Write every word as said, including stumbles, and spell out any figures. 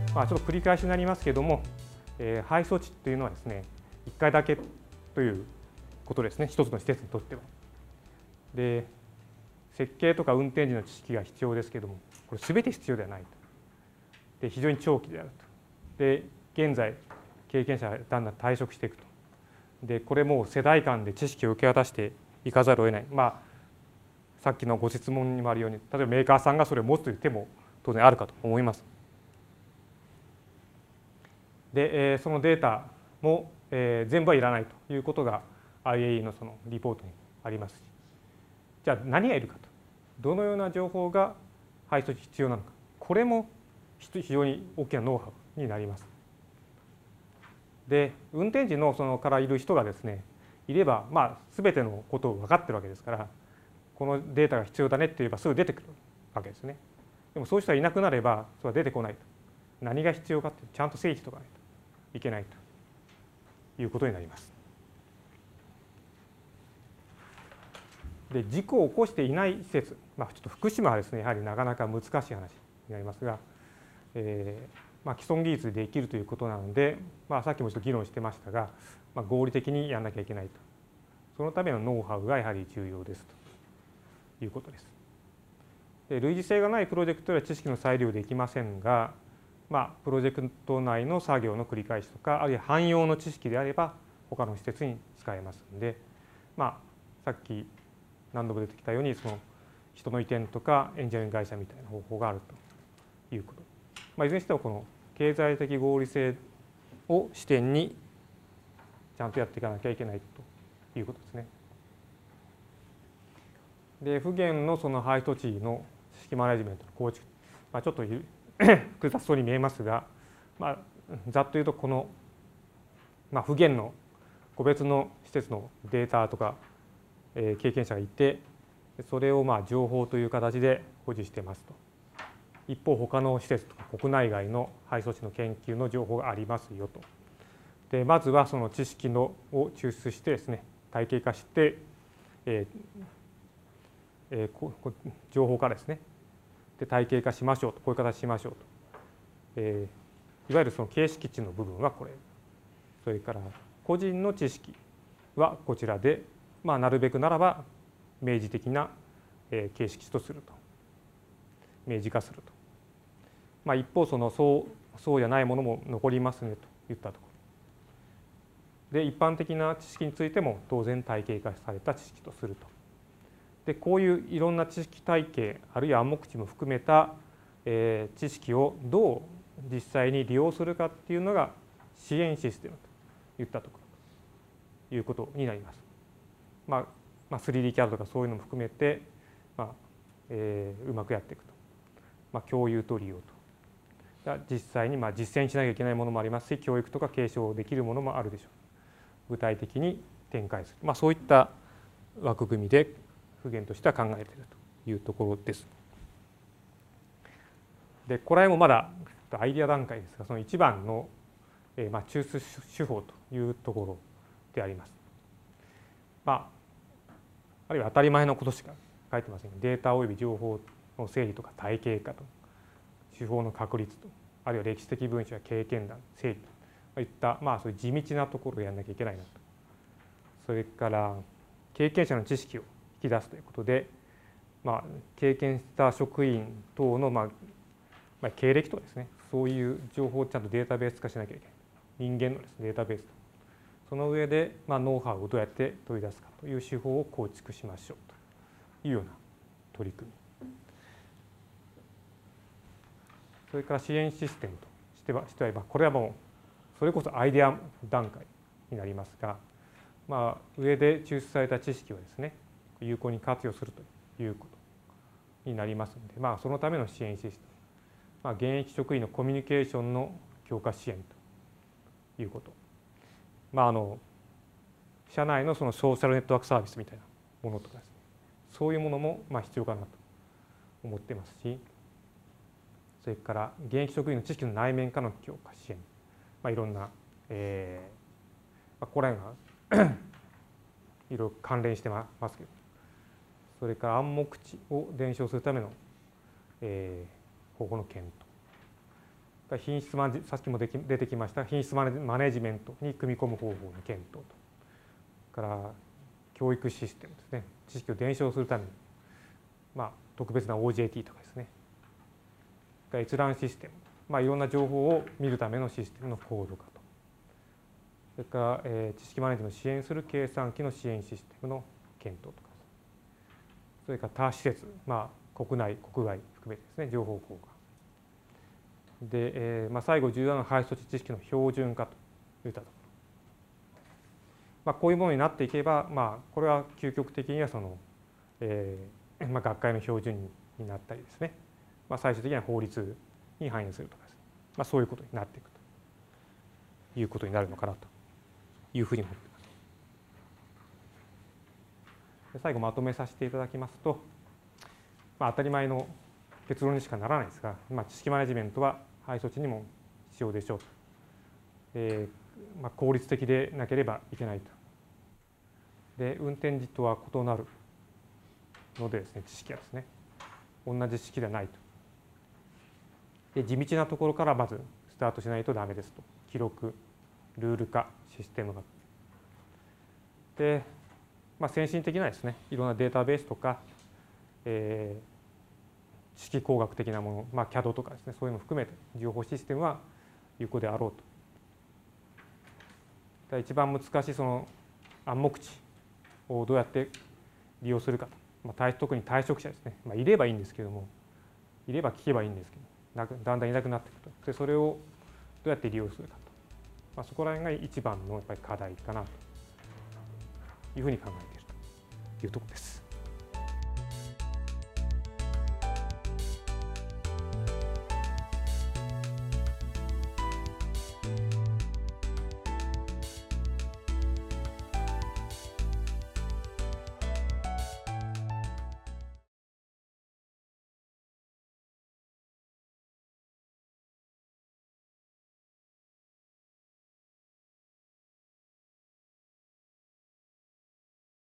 まあ、ちょっと繰り返しになりますけれども、えー、配送地というのはですね、いっかいだけということですね、一つの施設にとっては。で、設計とか運転時の知識が必要ですけれども、これすべて必要ではないと。で、非常に長期であると。で、現在、経験者がだんだん退職していくと。で、これも世代間で知識を受け渡していかざるを得ない。まあ、さっきのご質問にもあるように、例えばメーカーさんがそれを持つという手も当然あるかと思います。で、えー、そのデータも、えー、全部はいらないということが アイエーイー のそのリポートにありますし、じゃあ何がいるかと、どのような情報が配送に必要なのか、これも非常に大きなノウハウになります。で、運転時のそのからいる人がですね、いれば、まあ、全てのことを分かってるわけですから、このデータが必要だねって言えばすぐ出てくるわけですね。でもそういう人がいなくなれば、それは出てこないと。何が必要かってちゃんと整理しておかないといけないということになります。で、事故を起こしていない施設、まあ、ちょっと福島はですね、やはりなかなか難しい話になりますが、えーまあ、既存技術でできるということなので、まあ、さっきもちょっと議論してましたが、まあ、合理的にやらなきゃいけないと。そのためのノウハウがやはり重要ですということです。で、類似性がないプロジェクトでは知識の再利用できませんが、まあ、プロジェクト内の作業の繰り返しとか、あるいは汎用の知識であれば、他の施設に使えますので、まあ、さっき何度も出てきたように、その人の移転とかエンジニアリング会社みたいな方法があるということ。まあ、いずれにしてもこの経済的合理性を視点にちゃんとやっていかなきゃいけないということですね。で、不言のその配当地の知識マネジメントの構築、まあ、ちょっと複雑そうに見えますが、まあ、ざっと言うとこの、まあ、不言の個別の施設のデータとか、えー、経験者がいて、それをまあ情報という形で保持していますと。一方、他の施設とか国内外の配送地の研究の情報がありますよと。で、まずはその知識のを抽出してですね、体系化して、えーえー、ここ情報化ですね、で体系化しましょうと、こういう形しましょうと。えー、いわゆるその形式値の部分はこれ、それから個人の知識はこちらで、まあ、なるべくならば明示的な形式値とすると、明示化すると。まあ、一方そのそうそうじゃないものも残りますねといったところで、一般的な知識についても当然体系化された知識とすると。で、こういういろんな知識体系あるいは暗黙知も含めた、えー、知識をどう実際に利用するかっていうのが支援システムといったところということになります。まあ、まあ、スリーディー キャド とかそういうのも含めて、まあえー、うまくやっていくと。まあ、共有と利用と。実際にまあ実践しなきゃいけないものもありますし、教育とか継承できるものもあるでしょう。具体的に展開する、まあ、そういった枠組みで不言としては考えているというところです。で、これもまだアイデア段階ですが、その一番の、えー、まあ抽出手法というところであります。まあ、あるいは当たり前のことしか書いてませんが、データおよび情報の整理とか体系化と、手法の確立と、あるいは歴史的文書や経験談、整理といった、まあ、そういう地道なところをやらなきゃいけないなと。それから経験者の知識を引き出すということで、まあ、経験した職員等の、まあまあ、経歴とかですね、そういう情報をちゃんとデータベース化しなきゃいけない。人間のですね、データベースと。その上で、まあ、ノウハウをどうやって取り出すかという手法を構築しましょうというような取り組み。それから支援システムとしては、してはこれはもうそれこそアイデア段階になりますが、まあ、上で抽出された知識をですね、有効に活用するということになりますので、まあ、そのための支援システム、まあ、現役職員のコミュニケーションの強化支援ということ、まあ、あの社内のそのソーシャルネットワークサービスみたいなものとかですね、そういうものもまあ必要かなと思っていますし、それから現役職員の知識の内面化の強化支援、まあ、いろんな、えー、ここら辺がいろいろ関連してますけど、それから暗黙知を伝承するための、えー、方法の検討、 品質マネさっきもでき出てきました品質マネマネジメントに組み込む方法の検討と、から教育システムですね、知識を伝承するために、まあ、特別な オージェーティー とかですね、閲覧システム、まあ、いろんな情報を見るためのシステムの高度化と、それから、えー、知識マネジメントを支援する計算機の支援システムの検討とか、それから他施設、まあ、国内国外含めてですね、情報交換で、えーまあ、最後重要なのは排出措置知識の標準化といったところ、まあ、こういうものになっていけば、まあ、これは究極的にはその、えーまあ、学会の標準になったりですね、まあ、最終的には法律に反映するとかですね、まあ、そういうことになっていくということになるのかなというふうに思っています。最後まとめさせていただきますと、まあ、当たり前の結論にしかならないですが、まあ、知識マネジメントは排出措置にも必要でしょうと、えーまあ、効率的でなければいけないと。で、運転時とは異なるのでですね、知識はですね、同じ知識ではないと。で、地道なところからまずスタートしないとダメですと。記録、ルール化、システム化。で、まあ、先進的なですね、いろんなデータベースとか、えー知識工学的なもの、まあ、キャド とかですね、そういうのを含めて情報システムは有効であろうと。一番難しいその暗黙知をどうやって利用するかと、まあ、特に退職者ですね、まあ、いればいいんですけども、いれば聞けばいいんですけど、だんだんいなくなっていくと。で、それをどうやって利用するかと、まあ、そこら辺が一番のやっぱり課題かなというふうに考えているというところです。